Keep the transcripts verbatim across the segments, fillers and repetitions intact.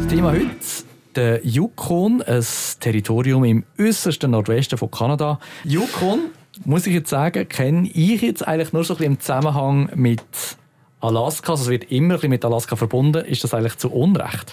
Thema heute, der Yukon, ein Territorium im äußersten Nordwesten von Kanada. Yukon, muss ich jetzt sagen, kenne ich jetzt eigentlich nur so ein bisschen im Zusammenhang mit Alaska. Also es wird immer ein bisschen mit Alaska verbunden. Ist das eigentlich zu Unrecht?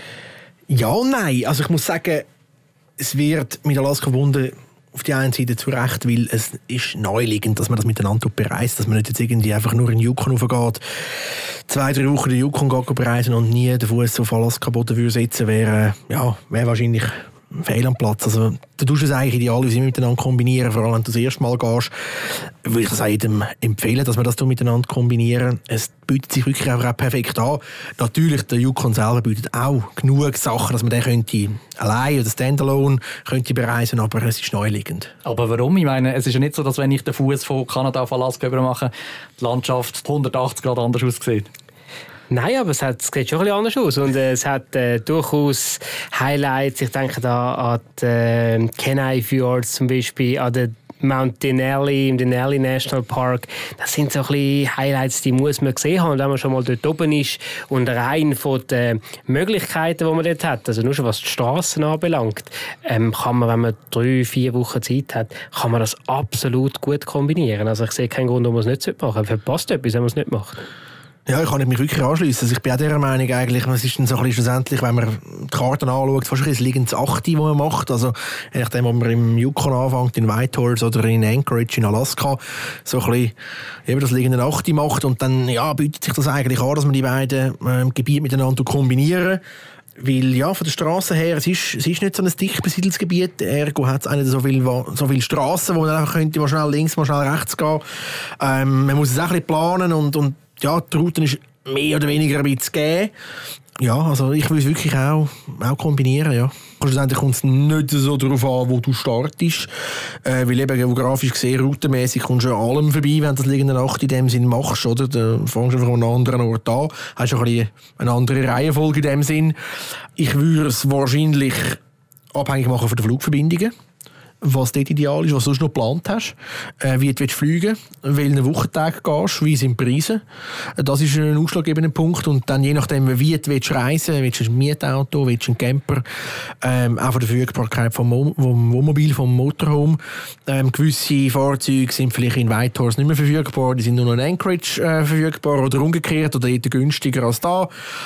Ja und nein. Also ich muss sagen, es wird mit Alaska verbunden auf die einen Seite zu Recht, weil es ist naheliegend, dass man das miteinander bereist, dass man nicht jetzt irgendwie einfach nur in den Yukon raufgeht, zwei, drei Wochen den Yukon bereisen und nie den Fuß auf Alaska-Boden würde setzen, wäre ja, wäre wahrscheinlich ein Fehl am Platz. Also, du tust es eigentlich idealerweise miteinander kombinieren, vor allem wenn du das erste Mal gehst, würde ich das auch jedem empfehlen, dass man das miteinander kombinieren. Es bietet sich wirklich auch perfekt an. Natürlich, der Yukon selber bietet auch genug Sachen, dass man den könnte allein oder standalone könnte bereisen, aber es ist naheliegend. Aber warum? Ich meine, es ist ja nicht so, dass wenn ich den Fuß von Kanada auf Alaska über mache, die Landschaft hundertachtzig Grad anders aussieht. Nein, aber es, hat, es sieht schon ein bisschen anders aus. Und äh, es hat äh, durchaus Highlights. Ich denke da an die äh, Kenai Fjords zum Beispiel, an den Mount Denali, im Denali National Park. Das sind so ein bisschen Highlights, die muss man gesehen haben, wenn man schon mal dort oben ist. Und rein von den Möglichkeiten, die man dort hat, also nur schon was die Strassen anbelangt, ähm, kann man, wenn man drei, vier Wochen Zeit hat, kann man das absolut gut kombinieren. Also ich sehe keinen Grund, warum man es nicht machen sollte. Verpasst etwas, wenn man es nicht macht. Ja, ich kann mich wirklich anschliessen. Also ich bin auch dieser Meinung eigentlich, es ist dann so ein bisschen schlussendlich, wenn man die Karten anschaut, fast ein liegendes Achte, das man macht. Also je nachdem, ob man im Yukon anfängt, in Whitehorse oder in Anchorage in Alaska, so ein bisschen eben das liegende Achte macht. Und dann ja, bietet sich das eigentlich an, dass man die beiden ähm, Gebiete miteinander kombinieren. Weil ja, von der Straße her, es ist, es ist nicht so ein dicht besiedeltes Gebiet. Ergo hat es nicht so viele so viel Straßen, wo man einfach könnte, mal schnell links, mal schnell rechts gehen. Ähm, man muss es auch ein bisschen planen und, und ja, die Route ist mehr oder weniger ein bisschen gegeben. Ja, also ich will es wirklich auch, auch kombinieren, ja. Schlussendlich kommt es nicht so darauf an, wo du startest. Äh, weil eben geografisch gesehen, routenmäßig kommst du an allem vorbei, wenn du das liegende Nacht in dem Sinn machst, oder? Dann fängst du einfach an einem anderen Ort an. Hast ein bisschen eine andere Reihenfolge in dem Sinn. Ich würde es wahrscheinlich abhängig machen von den Flugverbindungen. Was dort ideal ist, was du sonst noch geplant hast, äh, wie du fliegen willst, welchen Wochentag gehst, wie sind die Preise. Das ist ein ausschlaggebender Punkt. Und dann je nachdem, wie du willst reisen willst, willst du ein Mietauto, willst du einen Camper, ähm, auch von der Verfügbarkeit vom, Mo- vom Wohnmobil, vom Motorhome. Ähm, gewisse Fahrzeuge sind vielleicht in Whitehorse nicht mehr verfügbar, die sind nur noch in Anchorage äh, verfügbar oder umgekehrt oder eher günstiger als da.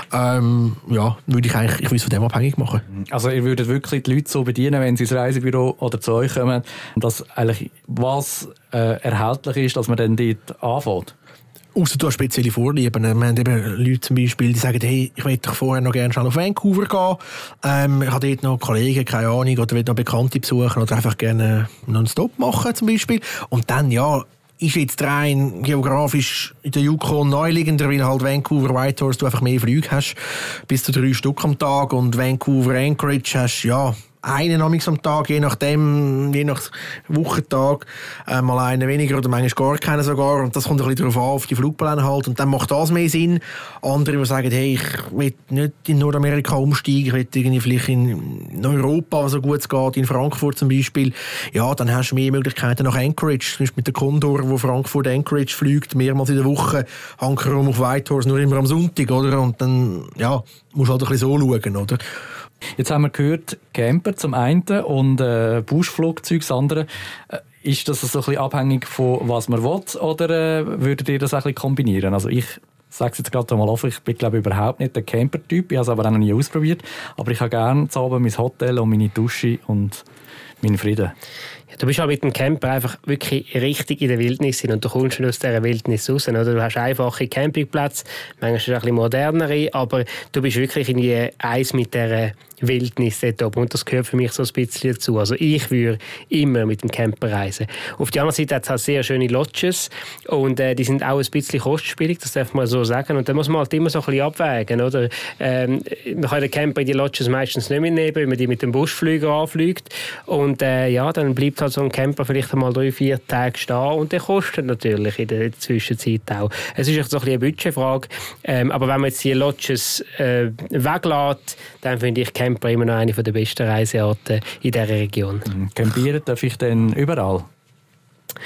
Ähm, ja, würde ich eigentlich, ich würde es von dem abhängig machen. Also ihr würdet wirklich die Leute so bedienen, wenn sie ins Reisebüro oder zu kommen, dass eigentlich was äh, erhältlich ist, dass man dann dort anfängt. Ausser du hast spezielle Vorlieben. Wir haben eben Leute zum Beispiel, die sagen, hey, ich möchte vorher noch gerne schnell auf Vancouver gehen. Ähm, ich habe dort noch Kollegen, keine Ahnung, oder will noch Bekannte besuchen oder einfach gerne einen Stop machen zum Beispiel. Und dann, ja, ist jetzt rein geografisch in der Yukon naheliegender, weil halt Vancouver, Whitehorse du einfach mehr Flüge hast, bis zu drei Stück am Tag und Vancouver, Anchorage hast, ja, einen am Tag, je nachdem, je nach Wochentag, äh, mal einen weniger oder manchmal gar keinen sogar. Und das kommt ein bisschen darauf an, auf die Flugpläne halt. Und dann macht das mehr Sinn. Andere, die sagen, hey, ich will nicht in Nordamerika umsteigen, ich will irgendwie vielleicht in Europa, so gut es geht, in Frankfurt zum Beispiel. Ja, dann hast du mehr Möglichkeiten nach Anchorage. Zum Beispiel mit der Condor, wo Frankfurt Anchorage fliegt, mehrmals in der Woche. Hankerum auf Whitehorse, nur immer am Sonntag, oder? Und dann, ja, musst du halt ein bisschen so schauen, oder? Jetzt haben wir gehört, Camper zum einen und äh, Buschflugzeug zum anderen. Äh, ist das so ein bisschen abhängig von was man will oder äh, würdet ihr das ein bisschen kombinieren? Also ich sage es jetzt gerade mal offen, ich bin glaube ich überhaupt nicht der Camper-Typ, ich habe es aber auch noch nie ausprobiert, aber ich habe gerne zu Abend mein Hotel und meine Dusche und meinen Frieden. Ja, du bist halt mit dem Camper einfach wirklich richtig in der Wildnis und du kommst schon aus dieser Wildnis raus. Oder? Du hast einfache Campingplätze, manchmal ist es ein bisschen modernere, aber du bist wirklich in die eins mit dieser Wildnis dort oben. Und das gehört für mich so ein bisschen dazu. Also ich würde immer mit dem Camper reisen. Auf der anderen Seite hat es halt sehr schöne Lodges und äh, die sind auch ein bisschen kostspielig, das darf man so sagen. Und da muss man halt immer so ein bisschen abwägen. Oder? Ähm, man kann den Camper in die Lodges meistens nicht mitnehmen, wenn man die mit dem Buschflüger anfliegt. Und äh, ja, dann bleibt halt so ein Camper vielleicht einmal drei, vier Tage stehen und der kostet natürlich in der Zwischenzeit auch. Es ist echt so ein bisschen eine Budgetfrage. Ähm, aber wenn man jetzt die Lodges äh, weglässt, dann finde ich Camper immer noch eine der besten Reisearten in dieser Region. Campieren darf ich dann überall?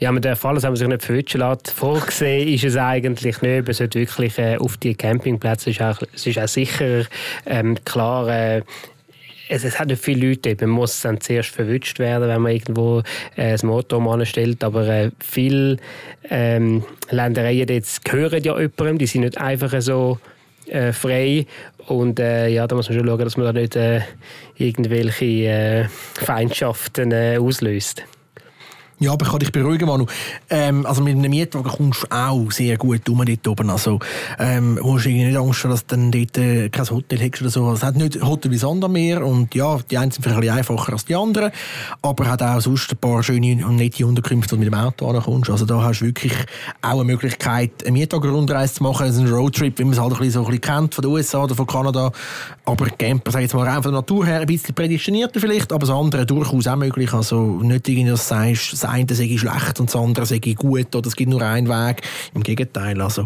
Ja, man darf alles, haben wir sich nicht verwünschen lassen. Vorgesehen ist es eigentlich nicht. Man sollte wirklich äh, auf die Campingplätze, es ist auch, es ist auch sicherer. Ähm, klar, äh, es, es hat nicht viele Leute, man muss dann zuerst verwünscht werden, wenn man irgendwo äh, das Motorhome anstellt, aber äh, viele ähm, Ländereien jetzt gehören ja jemandem, die sind nicht einfach so äh, frei und äh, ja, da muss man schon schauen, dass man da nicht äh, irgendwelche äh, Feindschaften äh, auslöst. Ja, aber ich kann dich beruhigen, Manu. Ähm, also mit einem Mietwagen kommst du auch sehr gut um dort oben. Also ähm, musst du irgendwie nicht Angst haben, dass du dann dort äh, kein Hotel hast oder so. Es hat nicht Hotel wie Sand am Meer und ja, die einen sind vielleicht ein bisschen einfacher als die anderen, aber hat auch sonst ein paar schöne und nette Unterkünfte, wo du mit dem Auto ankommst. Also da hast du wirklich auch eine Möglichkeit, eine Mietwagen-Rundreise zu machen, also einen Roadtrip, wie man es halt ein bisschen, so ein bisschen kennt von den U S A oder von Kanada. Aber Camper, sag ich jetzt mal, rein von der Natur her ein bisschen prädestinierter vielleicht, aber das andere durchaus auch möglich. Also nicht irgendwie, dass du sagst, das eine sei schlecht und das andere sei gut oder es gibt nur einen Weg. Im Gegenteil, also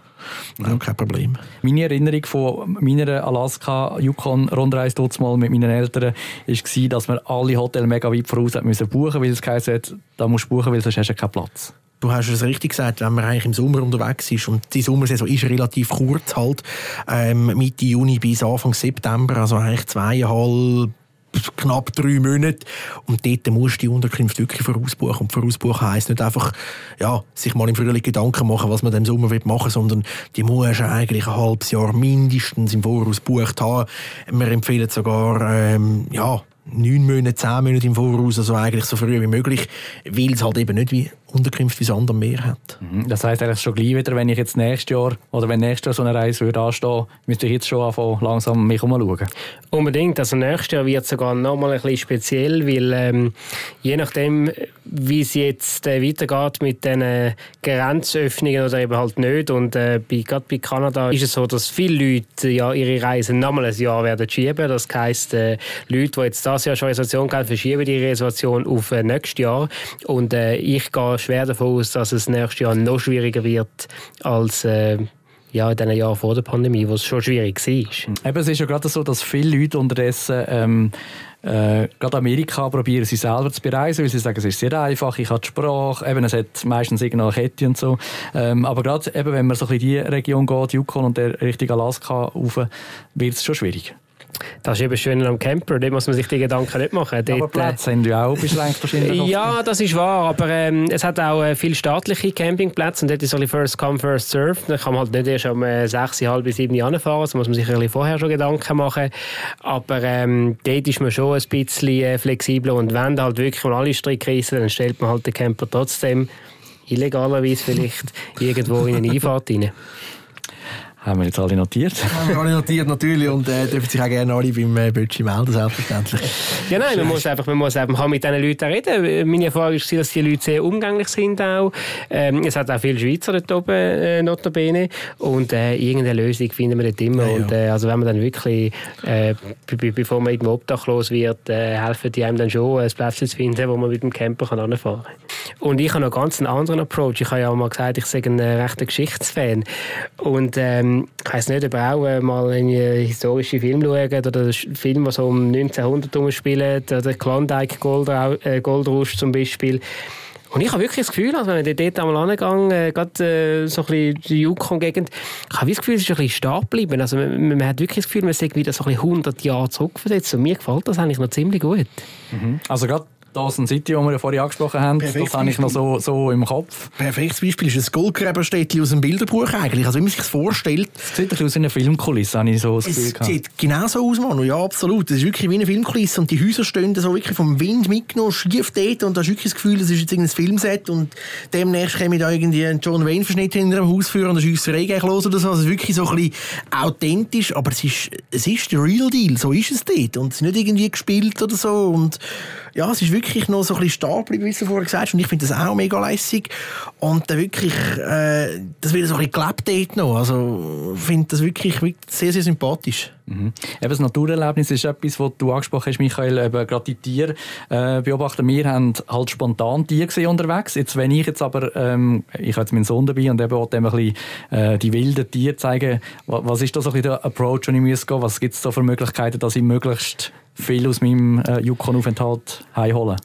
ja, kein Problem. Meine Erinnerung von meiner Alaska-Yukon-Rundreise dort mal mit meinen Eltern war, dass wir alle Hotels mega weit voraus buchen mussten, weil es geheißen hat, da musst du buchen, weil sonst hast du keinen Platz. Du hast es richtig gesagt, wenn man eigentlich im Sommer unterwegs ist und die Sommersaison ist relativ kurz halt, ähm, Mitte Juni bis Anfang September, also eigentlich zweieinhalb knapp drei Monate. Und dort musst du die Unterkünfte wirklich vorausbuchen. Und vorausbuchen heisst nicht einfach, ja, sich mal im Frühling Gedanken machen, was man im Sommer machen will, sondern die musst du eigentlich ein halbes Jahr mindestens im Voraus gebucht haben. Wir empfehlen sogar, ähm, ja, neun Monate, zehn Monate im Voraus, also eigentlich so früh wie möglich, weil es halt eben nicht wie Unterkünfte wie Sand am Meer hat. Das heisst eigentlich schon gleich wieder, wenn ich jetzt nächstes Jahr oder wenn nächstes Jahr so eine Reise würde anstehen, müsste ich jetzt schon anfangen, langsam mich umschauen. Unbedingt. Also nächstes Jahr wird es sogar noch mal ein bisschen speziell, weil ähm, je nachdem, wie es jetzt äh, weitergeht mit den äh, Grenzöffnungen oder eben halt nicht und äh, bei, gerade bei Kanada ist es so, dass viele Leute ja ihre Reisen noch mal ein Jahr werden schieben. Das heisst, äh, Leute, die jetzt das Jahr schon Reservation haben, verschieben die Reservation auf äh, nächstes Jahr und äh, ich gehe schwer davon aus, dass es nächstes Jahr noch schwieriger wird als äh, ja, in den Jahren vor der Pandemie, wo es schon schwierig war. Eben, es ist ja gerade so, dass viele Leute unterdessen ähm, äh, gerade Amerika probieren, sie selber zu bereisen, weil sie sagen, es ist sehr einfach, ich habe die Sprache, eben, es hat meistens irgendeine Kette und so. Ähm, aber gerade eben, wenn man so in die Region geht, Yukon und der Richtung Alaska rauf, wird es schon schwierig. Das ist eben schön am Camper, da muss man sich die Gedanken nicht machen. Ja, aber Plätze haben ja auch beschränkt wahrscheinlich. Ja, das ist wahr, aber ähm, es hat auch äh, viele staatliche Campingplätze und dort ist es First Come, First Serve. Da kann man halt nicht erst um äh, sechs, halb bis sieben Jahre fahren, da muss man sich ein bisschen vorher schon Gedanken machen. Aber ähm, dort ist man schon ein bisschen äh, flexibler und wenn da halt wirklich mal alle Stricke reissen, dann stellt man halt den Camper trotzdem illegalerweise vielleicht irgendwo in eine Einfahrt rein. Haben wir jetzt alle notiert? Haben wir alle notiert, natürlich. Und äh, dürfen sich auch gerne alle beim äh, Bötschi melden, selbstverständlich. Ja, nein, man muss einfach, man muss einfach mit diesen Leuten reden. Meine Erfahrung war, dass die Leute sehr umgänglich sind auch. Ähm, es hat auch viele Schweizer dort oben, äh, notabene. Und äh, irgendeine Lösung finden wir dort immer. Ja, ja. Und, äh, also wenn man dann wirklich, äh, b- bevor man irgendwo obdachlos wird, äh, helfen die einem dann schon, ein Plätzchen zu finden, wo man mit dem Camper ranfahren kann. Und ich habe noch ganz einen anderen Approach. Ich habe ja auch mal gesagt, ich sei ein äh, rechter Geschichtsfan. Und ähm, ich weiss nicht, ob ihr auch äh, mal einen historischen Film schaut oder einen Film, der so um neunzehnhundert herum spielt, oder Klondike Gold, äh, Goldrush zum Beispiel. Und ich habe wirklich das Gefühl, also wenn ich dort einmal angegangen, äh, gerade äh, so ein bisschen die Yukon-Gegend, ich habe das Gefühl, es ist ein bisschen stehen geblieben. Also man, man hat wirklich das Gefühl, man ist wieder so ein bisschen hundert Jahre zurückversetzt. Und mir gefällt das eigentlich noch ziemlich gut. Mhm. Also gerade Dawson City, die wir vorhin angesprochen haben, Perfekt, das habe ich noch so, so im Kopf. Perfektes Beispiel ist ein Goldgräberstädtchen aus dem Bilderbuch eigentlich. Also wie man sich das vorstellt. Es sieht ein bisschen aus wie eine Filmkulisse, habe ich so das Gefühl gehabt. Es sieht genau so aus, Manu. Ja, absolut. Es ist wirklich wie eine Filmkulisse und die Häuser stehen so wirklich vom Wind mitgenommen, schief dort und da hast du wirklich das Gefühl, das ist jetzt irgendein Filmset und demnächst käme da irgendwie ein John Wayne-Verschnitt hinter einem Haus führen und da schiesst Regen los oder so. Also wirklich so ein bisschen authentisch, aber es ist, es ist der Real Deal. So ist es dort und es ist nicht irgendwie gespielt oder so und ja, es ist wirklich noch so ein bisschen stehen geblieben, wie du vorher gesagt hast. Und ich finde das auch mega lässig. Und dann wirklich, äh, das wird so ein bisschen gelebt dort noch. Also, ich finde das wirklich, wirklich sehr, sehr sympathisch. Mhm. Eben das Naturerlebnis ist etwas, was du angesprochen hast, Michael, eben gerade die Tiere äh, beobachten. Wir haben halt spontan Tiere gesehen unterwegs. Jetzt, wenn ich jetzt aber, ähm, ich habe jetzt meinen Sohn dabei und eben wollte ihm ein bisschen äh, die wilden Tiere zeigen. Was ist da so ein bisschen der Approach, den ich muss gehen? Was gibt es da für Möglichkeiten, dass ich möglichst viel aus meinem äh, Yukon-Aufenthalt heimholen?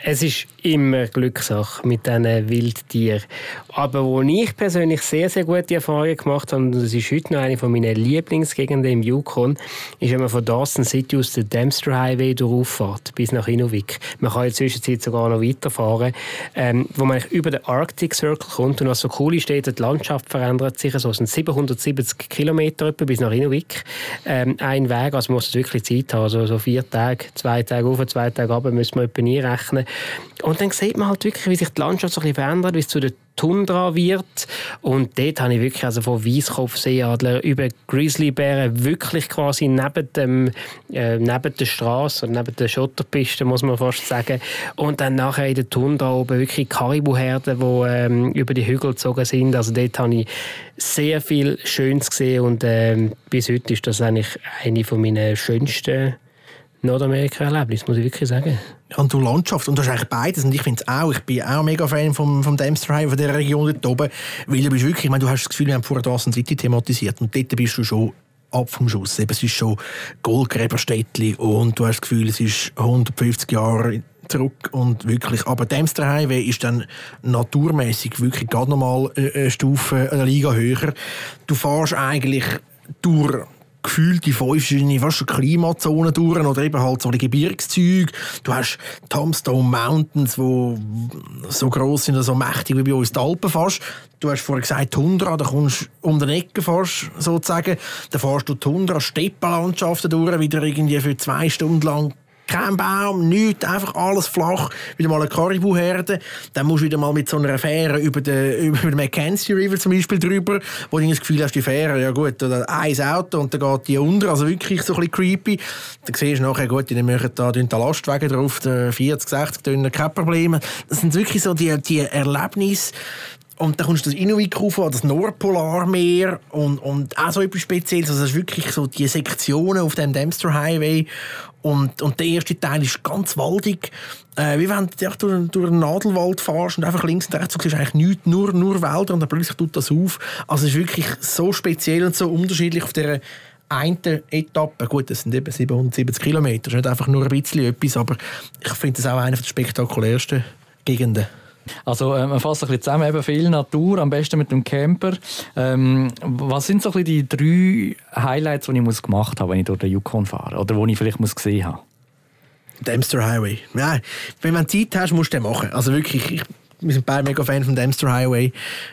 Es ist immer Glückssache mit diesen Wildtieren. Aber wo ich persönlich sehr, sehr gute Erfahrungen gemacht habe, und das ist heute noch eine meiner Lieblingsgegenden im Yukon, ist, wenn man von Dawson City aus den Dempster Highway durchfährt, bis nach Inuvik. Man kann in der Zwischenzeit sogar noch weiterfahren, ähm, wo man über den Arctic Circle kommt. Und was so cool ist, die Landschaft verändert sich. Also es sind siebenhundertsiebzig Kilometer bis nach Inuvik. Ähm, ein Weg, also man muss wirklich Zeit haben. Also so vier Tage, zwei Tage auf, zwei Tage runter, müssen wir etwa einrechnen. Und dann sieht man halt wirklich, wie sich die Landschaft so ein bisschen verändert, wie es zu der Tundra wird. Und dort habe ich wirklich also von Weisskopfseeadler über Grizzlybären wirklich quasi neben, dem, äh, neben der Straße oder neben der Schotterpiste, muss man fast sagen. Und dann nachher in der Tundra oben wirklich Karibuherden, die ähm, über die Hügel gezogen sind. Also dort habe ich sehr viel Schönes gesehen und ähm, bis heute ist das eigentlich eine von meinen schönsten Nordamerika-Erlebnisse, muss ich wirklich sagen. Und du Landschaft, und das ist eigentlich beides. Und ich finde es auch, ich bin auch mega Fan vom, vom Dempster Highway, von dieser Region dort oben, weil du bist wirklich, ich meine, du hast das Gefühl, wir haben vorher Dawson City thematisiert und dort bist du schon ab vom Schuss. Eben, es ist schon Goldgräberstädtli und du hast das Gefühl, es ist hundertfünfzig Jahre zurück und wirklich, aber Dempster Highway ist dann naturmäßig wirklich gerade nochmal eine Stufe, eine Liga höher. Du fährst eigentlich durch gefühlt die fünf verschiedene fast Klimazonen durch oder eben halt so die Gebirgszüge. Du hast Tombstone Mountains, die so gross sind, so mächtig wie bei uns die Alpen fast. Du hast vorhin gesagt Tundra, da kommst du um den Ecken fast sozusagen. Dann fährst du Tundra, Steppenlandschaften durch, wieder irgendwie für zwei Stunden lang. Kein Baum, nichts, einfach alles flach. Wieder mal eine Karibuherde. Dann musst du wieder mal mit so einer Fähre über den, über den Mackenzie River zum Beispiel drüber, wo du das Gefühl hast, die Fähre, ja gut, oder ein Auto und dann geht die unter, also wirklich so ein bisschen creepy. Dann siehst du nachher, gut, die machen da, da Lastwagen drauf, vierzig, sechzig Tonnen, kein Problem. Das sind wirklich so die, die Erlebnisse. Und dann kommst du das Inuvik rauf, das Nordpolarmeer und, und auch so etwas Spezielles. Also das ist wirklich so die Sektionen auf dem Dempster Highway. Und, und der erste Teil ist ganz waldig. Äh, wie wenn du durch, durch einen Nadelwald fährst und einfach links und rechts siehst eigentlich nichts, nur, nur Wälder und dann plötzlich tut das auf. Also es ist wirklich so speziell und so unterschiedlich auf dieser einen Etappe. Gut, das sind eben siebenhundertsiebzig Kilometer. Das ist nicht einfach nur ein bisschen etwas, aber ich finde das auch eine der spektakulärsten Gegenden. Also äh, man fasst ein bisschen zusammen, eben viel Natur, am besten mit dem Camper. Ähm, was sind so ein bisschen die drei Highlights, die ich muss gemacht habe, wenn ich durch den Yukon fahre? Oder die ich vielleicht muss gesehen habe? Dempster Highway. Ja, wenn man Zeit hast, musst du den machen. Also wirklich, ich, wir sind beide mega Fan vom Dempster Highway.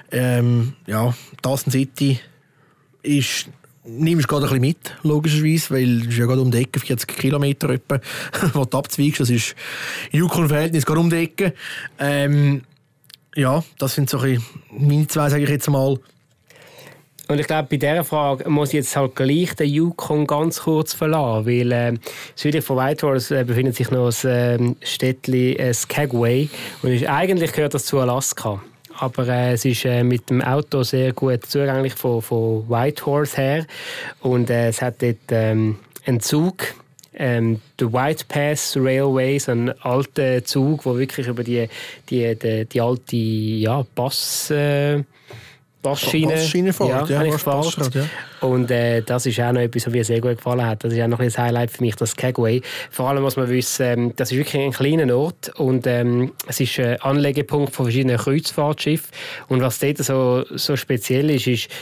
Ähm, ja, Dawson City ist... Nimmst du gerade ein bisschen mit, logischerweise, weil es ist ja gerade um die Ecke, vierzig Kilometer etwa, wo du abzweigst. Das ist Yukon-Verhältnis gerade um die Ecke. Ähm, ja, das sind so ein bisschen meine zwei, sage ich jetzt mal. Und ich glaube, bei dieser Frage muss ich jetzt halt gleich den Yukon ganz kurz verlassen, weil äh, südlich von Whitehorse äh, befindet sich noch das äh, Städtchen äh, Skagway und ist, eigentlich gehört das zu Alaska. Aber äh, es ist äh, mit dem Auto sehr gut zugänglich von, von Whitehorse her. Und äh, es hat dort ähm, einen Zug, ähm, der White Pass Railway, so einen alten Zug, der wirklich über die, die, die, die alte ja, Pass... Äh, Bassschiene, Bassschiene fährt, ja, ja, fährt, ja. Und äh, das ist auch noch etwas, was mir sehr gut gefallen hat. Das ist auch noch ein Highlight für mich, das Skagway. Vor allem muss man wissen, ähm, das ist wirklich ein kleiner Ort und ähm, es ist ein Anlegepunkt von verschiedenen Kreuzfahrtschiffen. Und was dort so, so speziell ist, ist,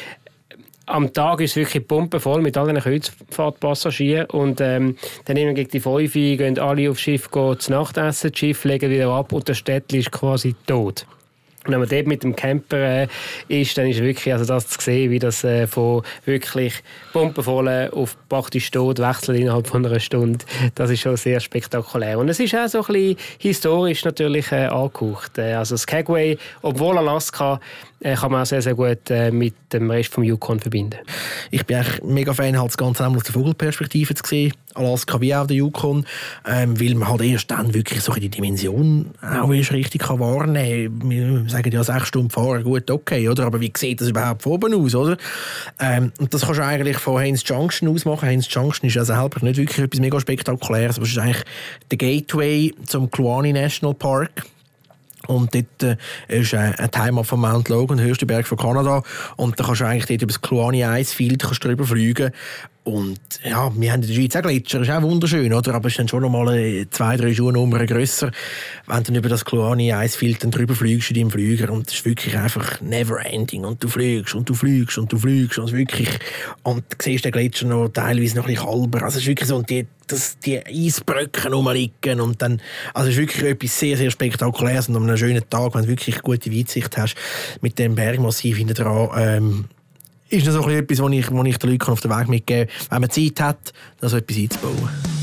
am Tag ist es wirklich pumpenvoll mit all den Kreuzfahrtpassagieren und ähm, dann gegen die fünf gehen alle aufs Schiff gehen, zu Nacht essen, das Schiff legen wieder ab und das Städtchen ist quasi tot. Und wenn man dort mit dem Camper äh, ist, dann ist wirklich also das zu sehen, wie das äh, von wirklich pumpenvoll auf praktisch tot wechselt innerhalb von einer Stunde. Das ist schon sehr spektakulär. Und es ist auch so ein bisschen historisch natürlich äh, angehaucht. Äh, also Skagway, obwohl Alaska, äh, kann man auch sehr, sehr gut äh, mit dem Rest vom Yukon verbinden. Ich bin eigentlich mega Fan, halt das Ganze aus der Vogelperspektive zu sehen. Alaska wie auch der Yukon, ähm, weil man halt erst dann wirklich so die Dimension auch erst richtig kann wahrnehmen kann. Wir sagen ja, sechs Stunden fahren, gut, okay, oder? Aber wie sieht das überhaupt von oben aus, oder? Ähm, und das kannst du eigentlich von Haines Junction aus machen. Haines Junction ist ja selber nicht wirklich etwas mega Spektakuläres, aber es ist eigentlich der Gateway zum Kluane National Park. Und dort äh, ist äh, ein Heimat von Mount Logan, der höchste Berg von Kanada. Und da kannst du eigentlich dort über das Kluane Icefield drüber fliegen. Und ja, wir haben in der Schweiz auch Gletscher, ist auch wunderschön, oder? Aber es ist dann schon noch mal zwei, drei Schuhnummern grösser, wenn du dann über das Kluane Icefield dann drüber fliegst in deinem Flüger. Und das ist wirklich einfach never ending. Und du fliegst und du fliegst und du fliegst. Und wirklich, und du siehst den Gletscher noch teilweise noch ein bisschen halber. Also es ist wirklich so, und die, dass die Eisbröcken rumliegen. Und dann, also es ist wirklich etwas sehr, sehr Spektakuläres. Und an einem schönen Tag, wenn du wirklich gute Weitsicht hast, mit dem Bergmassiv hinten dran, ähm, ist das so etwas, was ich, was ich den Leuten auf den Weg mitgeben kann, wenn man Zeit hat, da so etwas einzubauen.